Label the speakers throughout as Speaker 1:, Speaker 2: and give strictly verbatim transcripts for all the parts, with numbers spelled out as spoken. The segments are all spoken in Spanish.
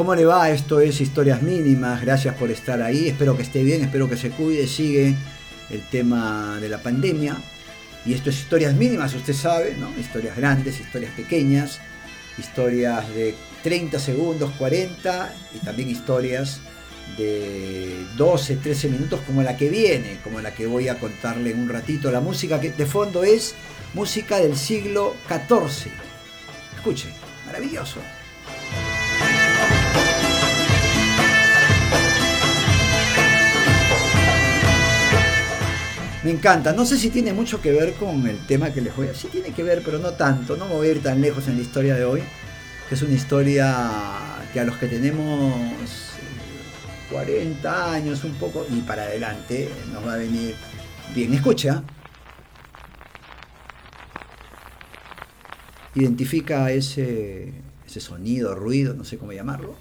Speaker 1: ¿Cómo le va? Esto es Historias Mínimas, gracias por estar ahí, espero que esté bien, espero que se cuide, sigue el tema de la pandemia. Y esto es Historias Mínimas, usted sabe, ¿no? Historias grandes, historias pequeñas, historias de treinta segundos, cuarenta, y también historias de doce, trece minutos como la que viene, como la que voy a contarle en un ratito. La música que de fondo es música del siglo catorce. Escuche, maravilloso. Me encanta, no sé si tiene mucho que ver con el tema que les voy a... Sí tiene que ver, pero no tanto, no me voy a ir tan lejos en la historia de hoy, que es una historia que a los que tenemos cuarenta años, un poco, y para adelante, nos va a venir bien. Escucha. Identifica ese, ese sonido, ruido, no sé cómo llamarlo.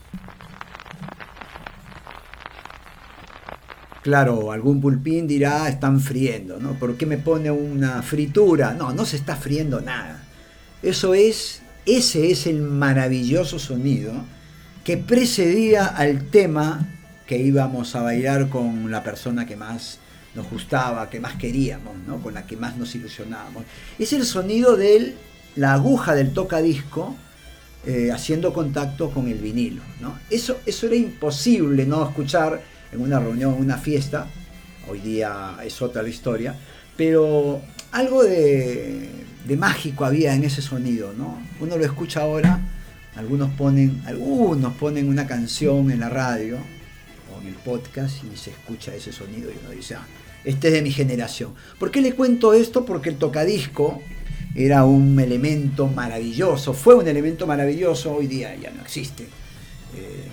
Speaker 1: Claro, algún pulpín dirá, están friendo, ¿no? ¿Por qué me pone una fritura? No, no se está friendo nada. Eso es, ese es el maravilloso sonido que precedía al tema que íbamos a bailar con la persona que más nos gustaba, que más queríamos, ¿no? Con la que más nos ilusionábamos. Es el sonido de la aguja del tocadisco eh, haciendo contacto con el vinilo, ¿no? Eso, eso era imposible no escuchar en una reunión, en una fiesta. Hoy día es otra la historia, pero algo de, de mágico había en ese sonido, ¿no? Uno lo escucha ahora, algunos ponen, algunos ponen una canción en la radio o en el podcast y se escucha ese sonido y uno dice, ah, este es de mi generación. ¿Por qué le cuento esto? Porque el tocadisco era un elemento maravilloso, fue un elemento maravilloso, hoy día ya no existe. Eh,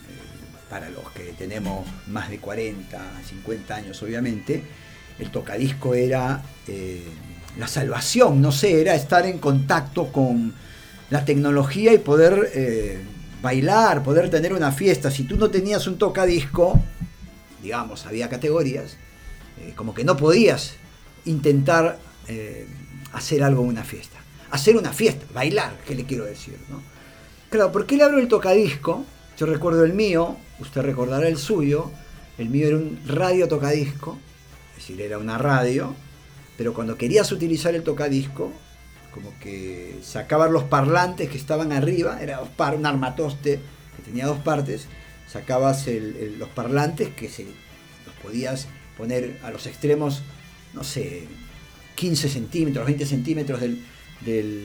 Speaker 1: Para los que tenemos más de cuarenta, cincuenta años, obviamente, el tocadisco era eh, la salvación, no sé, era estar en contacto con la tecnología y poder eh, bailar, poder tener una fiesta. Si tú no tenías un tocadisco, digamos, había categorías, eh, como que no podías intentar eh, hacer algo en una fiesta. Hacer una fiesta, bailar, ¿qué le quiero decir, no? Claro, ¿por qué le abro el tocadisco? Yo recuerdo el mío, usted recordará el suyo. El mío era un radio tocadisco, es decir, era una radio, pero cuando querías utilizar el tocadisco, como que sacabas los parlantes que estaban arriba, era dos par, un armatoste que tenía dos partes, sacabas el, el, los parlantes que se, los podías poner a los extremos, no sé, quince centímetros, veinte centímetros del... del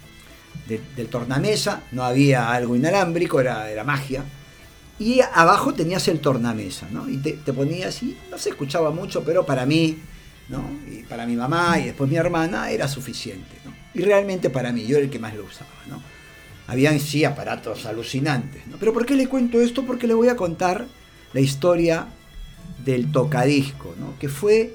Speaker 1: De, del tornamesa, no había algo inalámbrico, era, era magia, y abajo tenías el tornamesa, ¿no? Y te, te ponías y no se escuchaba mucho, pero para mí, ¿no? Y para mi mamá y después mi hermana era suficiente, ¿no? Y realmente para mí, yo era el que más lo usaba, ¿no? Habían sí aparatos alucinantes, ¿no? Pero ¿por qué le cuento esto? Porque le voy a contar la historia del tocadisco, ¿no? Que fue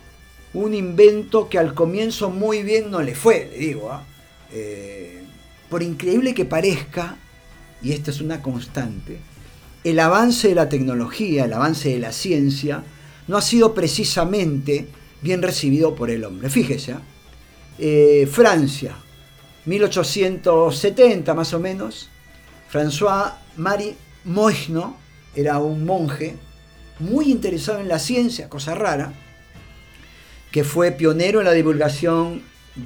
Speaker 1: un invento que al comienzo muy bien no le fue, le digo, ¿ah? ¿eh? Eh, por increíble que parezca, y esta es una constante, el avance de la tecnología, el avance de la ciencia, no ha sido precisamente bien recibido por el hombre. Fíjese, eh, Francia, mil ochocientos setenta más o menos, François-Marie Moigno era un monje muy interesado en la ciencia, cosa rara, que fue pionero en la divulgación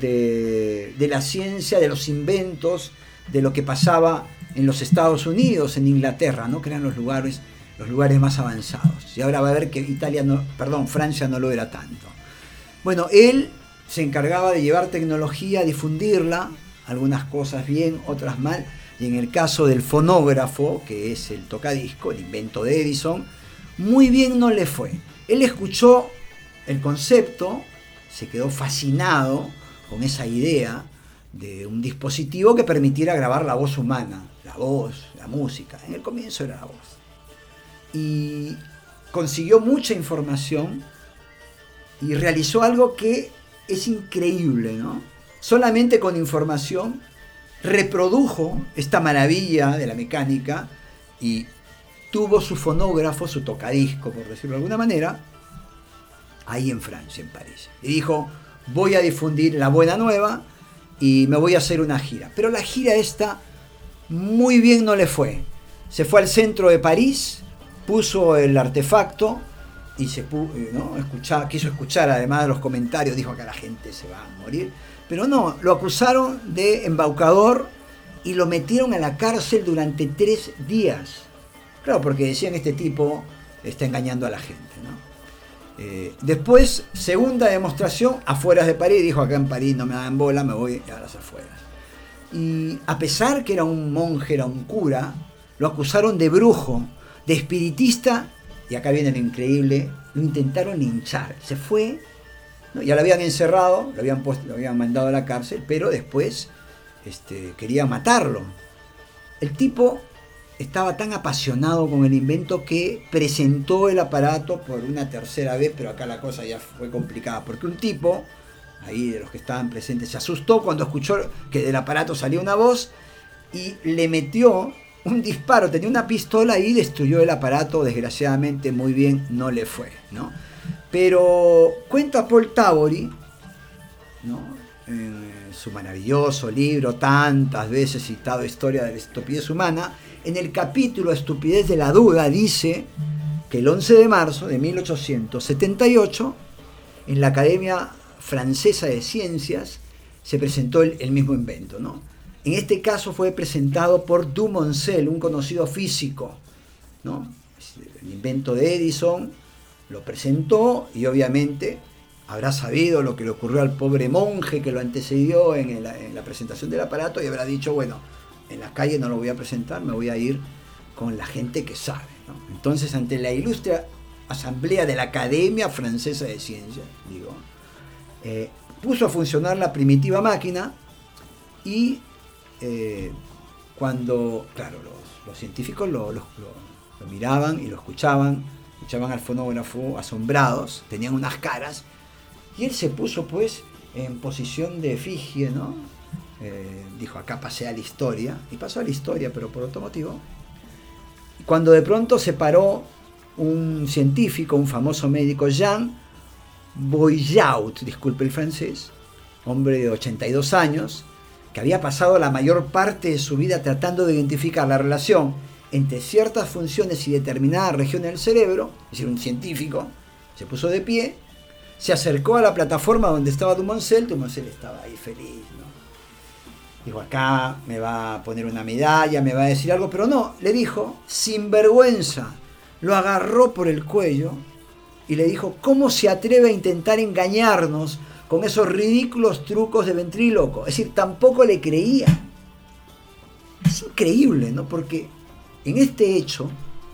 Speaker 1: De, de la ciencia, de los inventos, de lo que pasaba en los Estados Unidos, en Inglaterra, ¿no? Que eran los lugares, los lugares más avanzados. Y ahora va a ver que Italia no, perdón, Francia no lo era tanto. Bueno, él se encargaba de llevar tecnología, difundirla, algunas cosas bien, otras mal, y en el caso del fonógrafo, que es el tocadisco, el invento de Edison, muy bien no le fue. Él escuchó el concepto, se quedó fascinado con esa idea de un dispositivo que permitiera grabar la voz humana, la voz, la música. En el comienzo era la voz. Y consiguió mucha información y realizó algo que es increíble, ¿no? Solamente con información reprodujo esta maravilla de la mecánica y tuvo su fonógrafo, su tocadisco, por decirlo de alguna manera, ahí en Francia, en París. Y dijo, voy a difundir la buena nueva y me voy a hacer una gira. Pero la gira esta muy bien no le fue. se fue al centro de París, puso el artefacto y se pu- ¿no? Escuchaba, quiso escuchar además de los comentarios, dijo que la gente se va a morir, pero no, lo acusaron de embaucador y lo metieron a la cárcel durante tres días. Claro, porque decían, este tipo está engañando a la gente, ¿no? Eh, después, segunda demostración, afueras de París, dijo, acá en París no me dan bola, me voy a las afueras. Y a pesar que era un monje, era un cura, lo acusaron de brujo, de espiritista, y acá viene lo increíble, lo intentaron linchar. Se fue, ¿no? Ya lo habían encerrado, lo habían, puesto, lo habían mandado a la cárcel, pero después este, quería matarlo. El tipo estaba tan apasionado con el invento que presentó el aparato por una tercera vez, pero acá la cosa ya fue complicada, porque un tipo, ahí de los que estaban presentes, se asustó cuando escuchó que del aparato salía una voz y le metió un disparo, tenía una pistola y destruyó el aparato. Desgraciadamente muy bien no le fue, ¿no? Pero cuenta Paul Tabori, ¿no?, en su maravilloso libro, tantas veces citado, Historia de la estupidez humana, en el capítulo Estupidez de la duda, dice que el once de marzo de mil ochocientos setenta y ocho, en la Academia Francesa de Ciencias, se presentó el, el mismo invento, ¿no? En este caso fue presentado por Dumoncel, un conocido físico, ¿no? El invento de Edison lo presentó y obviamente habrá sabido lo que le ocurrió al pobre monje que lo antecedió en, el, en la presentación del aparato y habrá dicho, bueno, en la calle no lo voy a presentar, me voy a ir con la gente que sabe, ¿no? Entonces, ante la ilustre asamblea de la Academia Francesa de Ciencias, digo, eh, puso a funcionar la primitiva máquina y eh, cuando, claro, los, los científicos lo, lo, lo, lo miraban y lo escuchaban, escuchaban al fonógrafo asombrados, tenían unas caras, y él se puso pues en posición de efigie, ¿no? Eh, dijo, acá pasé a la historia, y pasó a la historia, pero por otro motivo. Cuando de pronto se paró un científico, un famoso médico, Jean Boyaut, disculpe el francés, hombre de ochenta y dos años, que había pasado la mayor parte de su vida tratando de identificar la relación entre ciertas funciones y determinadas regiones del cerebro, es decir, un científico, se puso de pie, se acercó a la plataforma donde estaba Dumoncel, Dumoncel estaba ahí feliz, ¿no? Dijo, acá me va a poner una medalla, me va a decir algo, pero no, le dijo, sin vergüenza, lo agarró por el cuello y le dijo, ¿cómo se atreve a intentar engañarnos con esos ridículos trucos de ventríloco? Es decir, tampoco le creía. Es increíble, ¿no? Porque en este hecho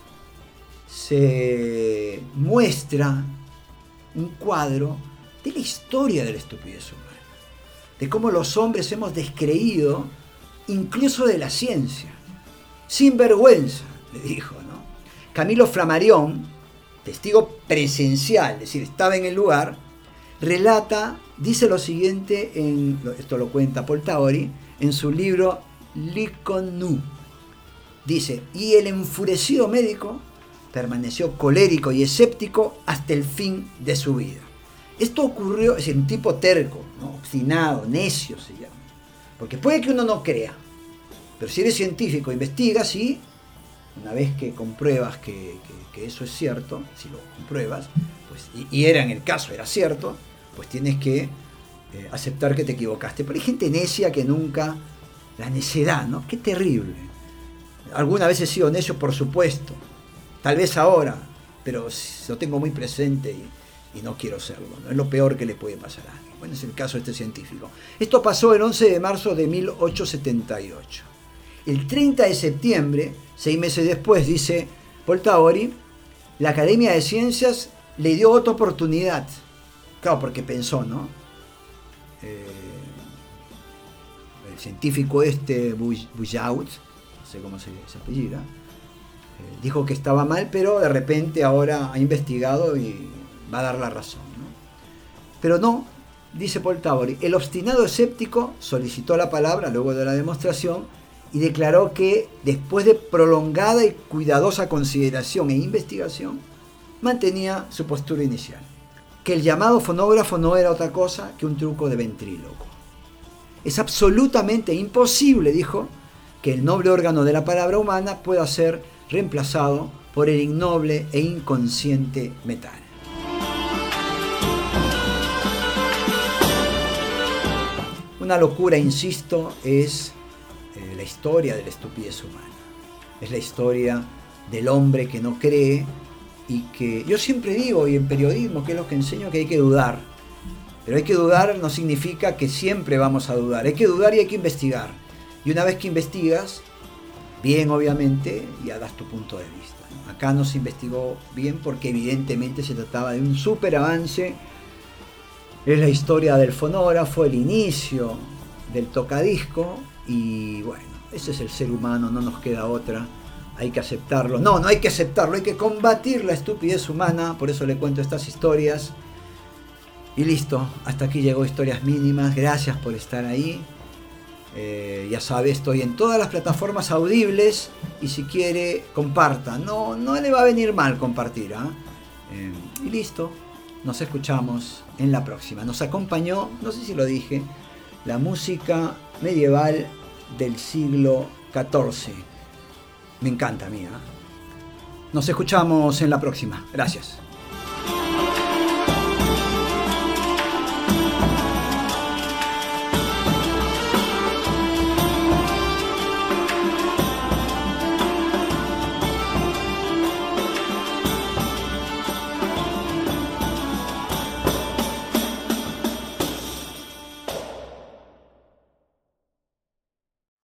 Speaker 1: se muestra un cuadro de la historia de la estupidez humana, de cómo los hombres hemos descreído incluso de la ciencia. Sin vergüenza, le dijo, ¿no? Camilo Flammarion, testigo presencial, es decir, estaba en el lugar, relata, dice lo siguiente, en, esto lo cuenta Paul Tabori, en su libro L'Icône. Dice, y el enfurecido médico permaneció colérico y escéptico hasta el fin de su vida. Esto ocurrió, es decir, un tipo terco, ¿no? Obstinado, necio se llama. Porque puede que uno no crea, pero si eres científico, investigas y una vez que compruebas que, que, que eso es cierto, si lo compruebas, pues, y, y era en el caso, era cierto, pues tienes que eh, aceptar que te equivocaste. Pero hay gente necia que nunca, la necedad, ¿no? Qué terrible. Alguna vez he sido necio, por supuesto, tal vez ahora, pero lo tengo muy presente y, y no quiero serlo, ¿no? Es lo peor que le puede pasar a alguien. Bueno, es el caso de este científico. Esto pasó el once de marzo de mil ochocientos setenta y ocho. El treinta de septiembre, seis meses después, dice Paul Tabori, la Academia de Ciencias le dio otra oportunidad. Claro, porque pensó, ¿no? Eh, el científico este, Boyaut, no sé cómo se, se apellida, eh, dijo que estaba mal, pero de repente ahora ha investigado y va a dar la razón, ¿no? Pero no, dice Paul Tabori, el obstinado escéptico solicitó la palabra luego de la demostración y declaró que después de prolongada y cuidadosa consideración e investigación, mantenía su postura inicial, que el llamado fonógrafo no era otra cosa que un truco de ventríloco. Es absolutamente imposible, dijo, que el noble órgano de la palabra humana pueda ser reemplazado por el innoble e inconsciente metal. Una locura, insisto, es eh, la historia de la estupidez humana. Es la historia del hombre que no cree y que yo siempre digo, y en periodismo, que es lo que enseño, que hay que dudar. Pero hay que dudar no significa que siempre vamos a dudar. Hay que dudar y hay que investigar. Y una vez que investigas, bien obviamente, ya das tu punto de vista, ¿no? Acá no se investigó bien porque evidentemente se trataba de un súper avance. Es la historia del fonógrafo, el inicio del tocadisco y bueno, ese es el ser humano, no nos queda otra, hay que aceptarlo. No, no hay que aceptarlo, hay que combatir la estupidez humana, por eso le cuento estas historias. Y listo, hasta aquí llegó Historias Mínimas, gracias por estar ahí. Eh, ya sabe, estoy en todas las plataformas audibles y si quiere, comparta. No, no le va a venir mal compartir, ¿eh? Eh, y listo. Nos escuchamos en la próxima. Nos acompañó, no sé si lo dije, la música medieval del siglo catorce. Me encanta a mí, ¿eh? Nos escuchamos en la próxima. Gracias.